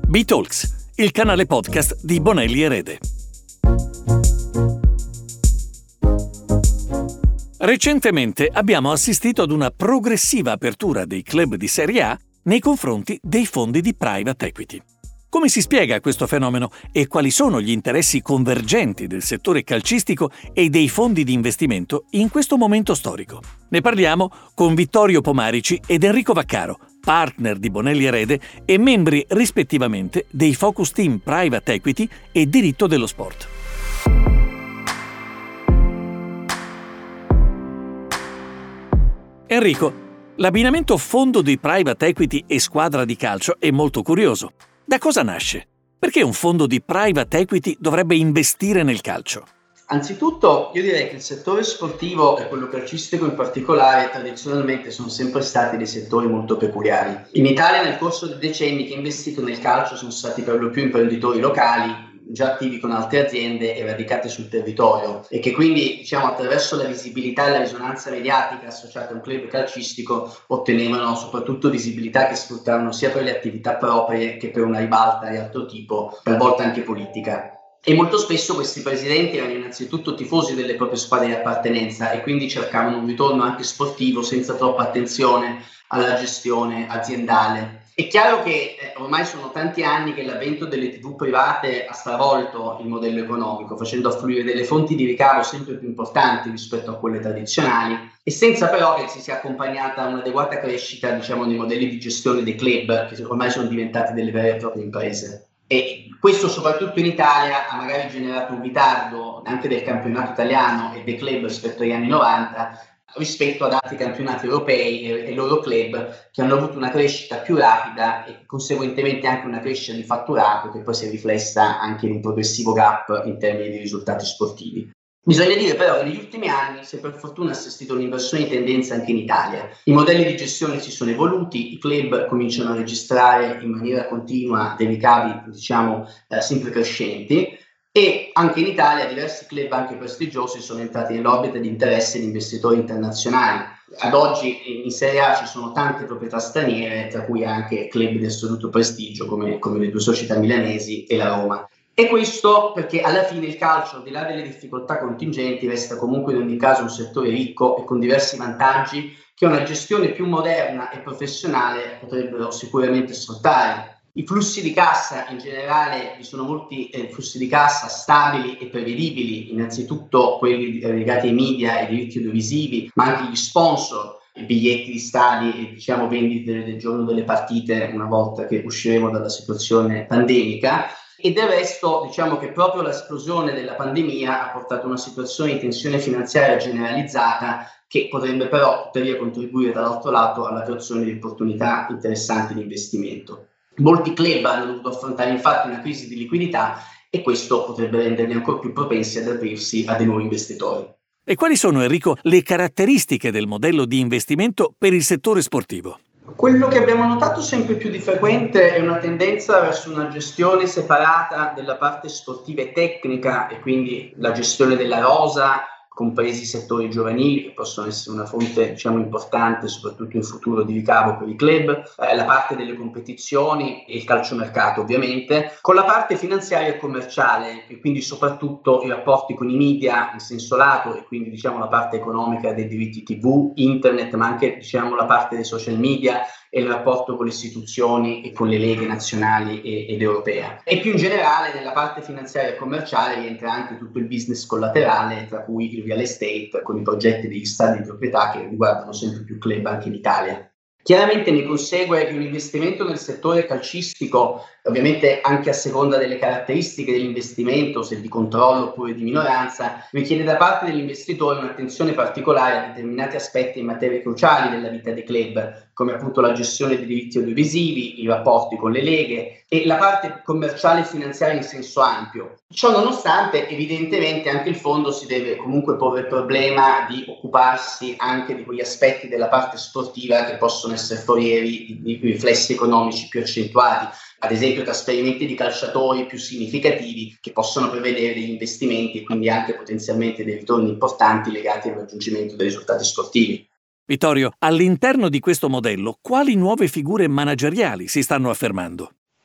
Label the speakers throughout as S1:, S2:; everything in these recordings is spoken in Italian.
S1: B-Talks, il canale podcast di Bonelli Erede. Recentemente abbiamo assistito ad una progressiva apertura dei club di Serie A nei confronti dei fondi di private equity. Come si spiega questo fenomeno e quali sono gli interessi convergenti del settore calcistico e dei fondi di investimento in questo momento storico? Ne parliamo con Vittorio Pomarici ed Enrico Vaccaro, partner di Bonelli Erede e membri rispettivamente dei Focus Team Private Equity e Diritto dello Sport. Enrico, l'abbinamento fondo di private equity e squadra di calcio è molto curioso. Da cosa nasce? Perché un fondo di private equity dovrebbe investire nel calcio?
S2: Anzitutto io direi che il settore sportivo e quello calcistico in particolare tradizionalmente sono sempre stati dei settori molto peculiari. In Italia nel corso dei decenni che investito nel calcio sono stati per lo più imprenditori locali già attivi con altre aziende e radicate sul territorio e che quindi attraverso la visibilità e la risonanza mediatica associata a un club calcistico ottenevano soprattutto visibilità che sfruttavano sia per le attività proprie che per una ribalta di altro tipo, talvolta anche politica. E molto spesso questi presidenti erano innanzitutto tifosi delle proprie squadre di appartenenza e quindi cercavano un ritorno anche sportivo senza troppa attenzione alla gestione aziendale. È chiaro che ormai sono tanti anni che l'avvento delle TV private ha stravolto il modello economico, facendo affluire delle fonti di ricavo sempre più importanti rispetto a quelle tradizionali e senza però che si sia accompagnata a un'adeguata crescita, nei modelli di gestione dei club, che ormai sono diventati delle vere e proprie imprese. E questo soprattutto in Italia ha magari generato un ritardo anche del campionato italiano e dei club rispetto agli anni 90 rispetto ad altri campionati europei e loro club che hanno avuto una crescita più rapida e conseguentemente anche una crescita di fatturato che poi si è riflessa anche in un progressivo gap in termini di risultati sportivi. Bisogna dire però che negli ultimi anni si è per fortuna assistito a un'inversione di tendenza anche in Italia. I modelli di gestione si sono evoluti, i club cominciano a registrare in maniera continua dei ricavi sempre crescenti e anche in Italia diversi club anche prestigiosi sono entrati nell'orbita di interesse di investitori internazionali. Ad oggi in Serie A ci sono tante proprietà straniere, tra cui anche club di assoluto prestigio come le due società milanesi e la Roma. E questo perché alla fine il calcio, al di là delle difficoltà contingenti, resta comunque in ogni caso un settore ricco e con diversi vantaggi che una gestione più moderna e professionale potrebbero sicuramente sfruttare. I flussi di cassa in generale, vi sono molti flussi di cassa stabili e prevedibili, innanzitutto quelli legati ai media e ai diritti audiovisivi, ma anche gli sponsor, i biglietti di stadi e vendite del giorno delle partite una volta che usciremo dalla situazione pandemica. E del resto che proprio l'esplosione della pandemia ha portato a una situazione di tensione finanziaria generalizzata che potrebbe però tuttavia contribuire dall'altro lato alla creazione di opportunità interessanti di investimento. Molti club hanno dovuto affrontare infatti una crisi di liquidità e questo potrebbe renderli ancora più propensi ad aprirsi a dei nuovi investitori.
S1: E quali sono, Enrico, le caratteristiche del modello di investimento per il settore sportivo?
S2: Quello che abbiamo notato sempre più di frequente è una tendenza verso una gestione separata della parte sportiva e tecnica e quindi la gestione della rosa, compresi i settori giovanili che possono essere una fonte importante soprattutto in futuro di ricavo per i club, la parte delle competizioni e il calciomercato ovviamente, con la parte finanziaria e commerciale e quindi soprattutto i rapporti con i media in senso lato e quindi la parte economica dei diritti TV, internet, ma anche la parte dei social media e il rapporto con le istituzioni e con le leghe nazionali ed europea. E più in generale nella parte finanziaria e commerciale rientra anche tutto il business collaterale, tra cui il real estate, con i progetti degli stadi di proprietà che riguardano sempre più club anche in Italia. Chiaramente ne consegue che un investimento nel settore calcistico, ovviamente anche a seconda delle caratteristiche dell'investimento, se di controllo oppure di minoranza, richiede da parte dell'investitore un'attenzione particolare a determinati aspetti in materie cruciali della vita dei club, come appunto la gestione dei diritti audiovisivi, i rapporti con le leghe e la parte commerciale e finanziaria in senso ampio. Ciò nonostante, evidentemente anche il fondo si deve comunque porre il problema di occuparsi anche di quegli aspetti della parte sportiva che possono essere forieri di riflessi economici più accentuati, ad esempio trasferimenti di calciatori più significativi che possono prevedere degli investimenti e quindi anche potenzialmente dei ritorni importanti legati al raggiungimento dei risultati sportivi.
S1: Vittorio, all'interno di questo modello, quali nuove figure manageriali si stanno affermando?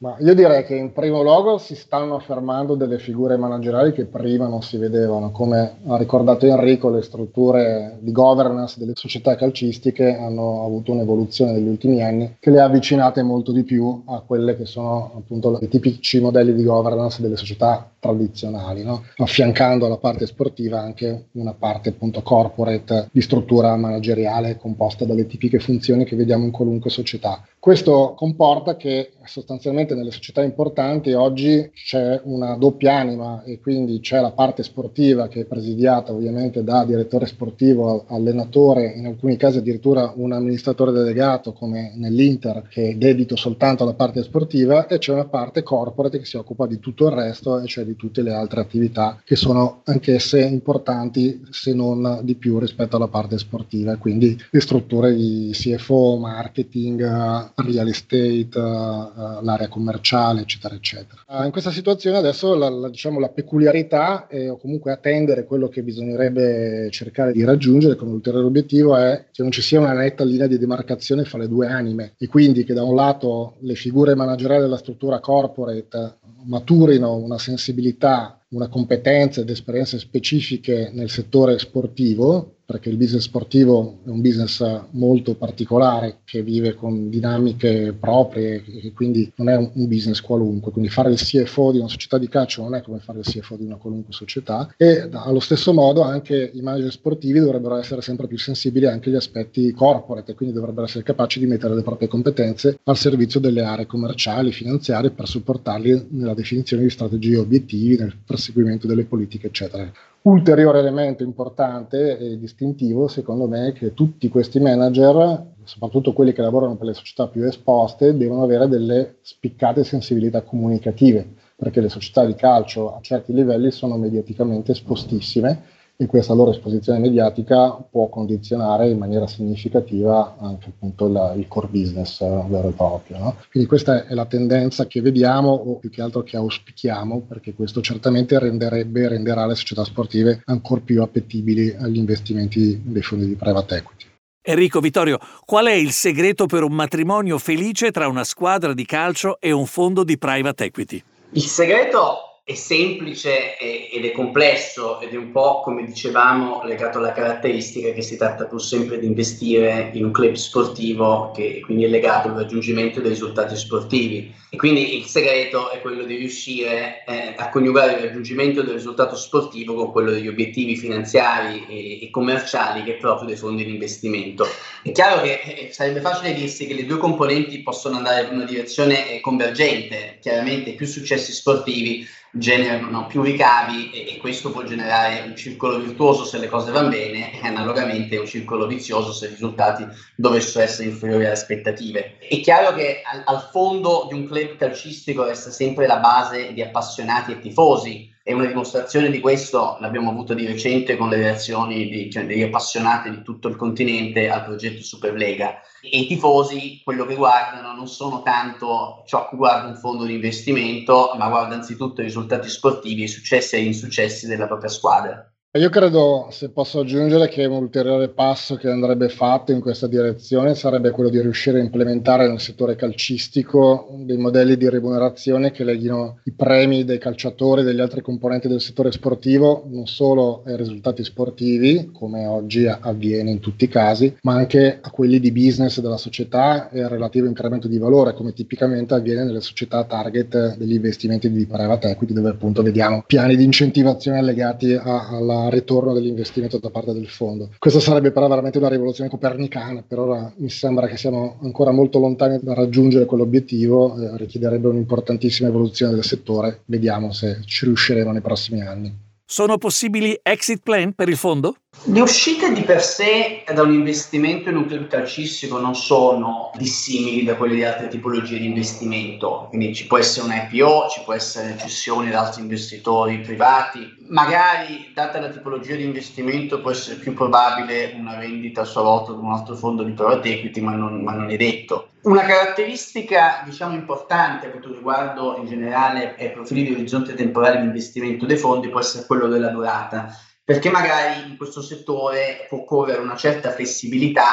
S3: Ma io direi che in primo luogo si stanno affermando delle figure manageriali che prima non si vedevano. Come ha ricordato Enrico, le strutture di governance delle società calcistiche hanno avuto un'evoluzione negli ultimi anni che le ha avvicinate molto di più a quelle che sono appunto i tipici modelli di governance delle società tradizionali, no? Affiancando alla parte sportiva anche una parte appunto corporate di struttura manageriale composta dalle tipiche funzioni che vediamo in qualunque società. Questo comporta che sostanzialmente nelle società importanti oggi c'è una doppia anima, e quindi c'è la parte sportiva che è presidiata ovviamente da direttore sportivo, allenatore, in alcuni casi addirittura un amministratore delegato come nell'Inter, che è dedito soltanto alla parte sportiva, e c'è una parte corporate che si occupa di tutto il resto, e cioè di tutte le altre attività che sono anch'esse importanti se non di più rispetto alla parte sportiva, quindi le strutture di CFO, marketing, real estate, l'area commerciale, eccetera, eccetera. In questa situazione adesso la peculiarità, o comunque attendere quello che bisognerebbe cercare di raggiungere come ulteriore obiettivo, è che non ci sia una netta linea di demarcazione fra le due anime, e quindi che da un lato le figure manageriali della struttura corporate maturino una sensibilità, una competenza ed esperienze specifiche nel settore sportivo, perché il business sportivo è un business molto particolare che vive con dinamiche proprie, e quindi non è un business qualunque. Quindi fare il CFO di una società di calcio non è come fare il CFO di una qualunque società, e allo stesso modo anche i manager sportivi dovrebbero essere sempre più sensibili anche agli aspetti corporate, quindi dovrebbero essere capaci di mettere le proprie competenze al servizio delle aree commerciali, finanziarie, per supportarli nella definizione di strategie e obiettivi, nel perseguimento delle politiche, eccetera. Ulteriore elemento importante e distintivo, secondo me, è che tutti questi manager, soprattutto quelli che lavorano per le società più esposte, devono avere delle spiccate sensibilità comunicative, perché le società di calcio a certi livelli sono mediaticamente espostissime, e questa loro esposizione mediatica può condizionare in maniera significativa anche appunto il core business vero e proprio, no? Quindi questa è la tendenza che vediamo, o più che altro che auspichiamo, perché questo certamente renderà le società sportive ancora più appetibili agli investimenti dei fondi di private equity.
S1: Enrico, Vittorio, qual è il segreto per un matrimonio felice tra una squadra di calcio e un fondo di private equity?
S2: Il segreto è semplice ed è complesso, ed è un po', come dicevamo, legato alla caratteristica che si tratta pur sempre di investire in un club sportivo che quindi è legato al raggiungimento dei risultati sportivi, e quindi il segreto è quello di riuscire a coniugare il raggiungimento del risultato sportivo con quello degli obiettivi finanziari e commerciali che è proprio dei fondi di investimento. È chiaro che sarebbe facile dirsi che le due componenti possono andare in una direzione convergente. Chiaramente più successi sportivi generano più ricavi, e questo può generare un circolo virtuoso se le cose vanno bene, e analogamente un circolo vizioso se i risultati dovessero essere inferiori alle aspettative. È chiaro che al fondo di un club calcistico resta sempre la base di appassionati e tifosi, e una dimostrazione di questo l'abbiamo avuto di recente con le reazioni degli appassionati di tutto il continente al progetto Superlega. E i tifosi quello che guardano non sono tanto ciò che guarda un fondo di investimento, ma guarda anzitutto i risultati sportivi, i successi e gli insuccessi della propria squadra.
S3: Io credo, se posso aggiungere, che un ulteriore passo che andrebbe fatto in questa direzione sarebbe quello di riuscire a implementare nel settore calcistico dei modelli di remunerazione che leghino i premi dei calciatori e degli altri componenti del settore sportivo non solo ai risultati sportivi, come oggi avviene in tutti i casi, ma anche a quelli di business della società e al relativo incremento di valore, come tipicamente avviene nelle società target degli investimenti di private equity, dove appunto vediamo piani di incentivazione legati alla ritorno dell'investimento da parte del fondo. Questa sarebbe però veramente una rivoluzione copernicana. Per ora mi sembra che siamo ancora molto lontani da raggiungere quell'obiettivo, richiederebbe un'importantissima evoluzione del settore. Vediamo se ci riusciremo nei prossimi anni.
S1: Sono possibili exit plan per il fondo?
S2: Le uscite di per sé da un investimento in un club calcistico non sono dissimili da quelle di altre tipologie di investimento, quindi ci può essere un IPO, ci può essere cessioni da altri investitori privati, magari data la tipologia di investimento può essere più probabile una vendita a sua volta ad un altro fondo di private equity, ma non è detto. Una caratteristica importante a questo riguardo in generale ai profili di orizzonte temporale di investimento dei fondi può essere quello della durata, perché magari in questo settore può occorrere una certa flessibilità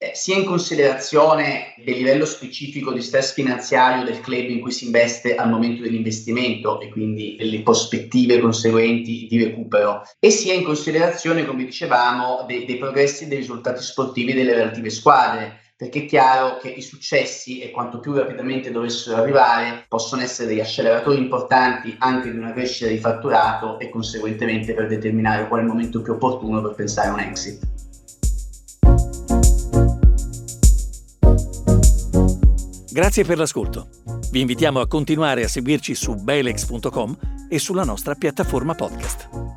S2: sia in considerazione del livello specifico di stress finanziario del club in cui si investe al momento dell'investimento e quindi le prospettive conseguenti di recupero, e sia in considerazione, come dicevamo, dei progressi e dei risultati sportivi delle relative squadre, perché è chiaro che i successi, e quanto più rapidamente dovessero arrivare, possono essere degli acceleratori importanti anche di una crescita di fatturato e conseguentemente per determinare qual è il momento più opportuno per pensare a un exit.
S1: Grazie per l'ascolto. Vi invitiamo a continuare a seguirci su bailex.com e sulla nostra piattaforma podcast.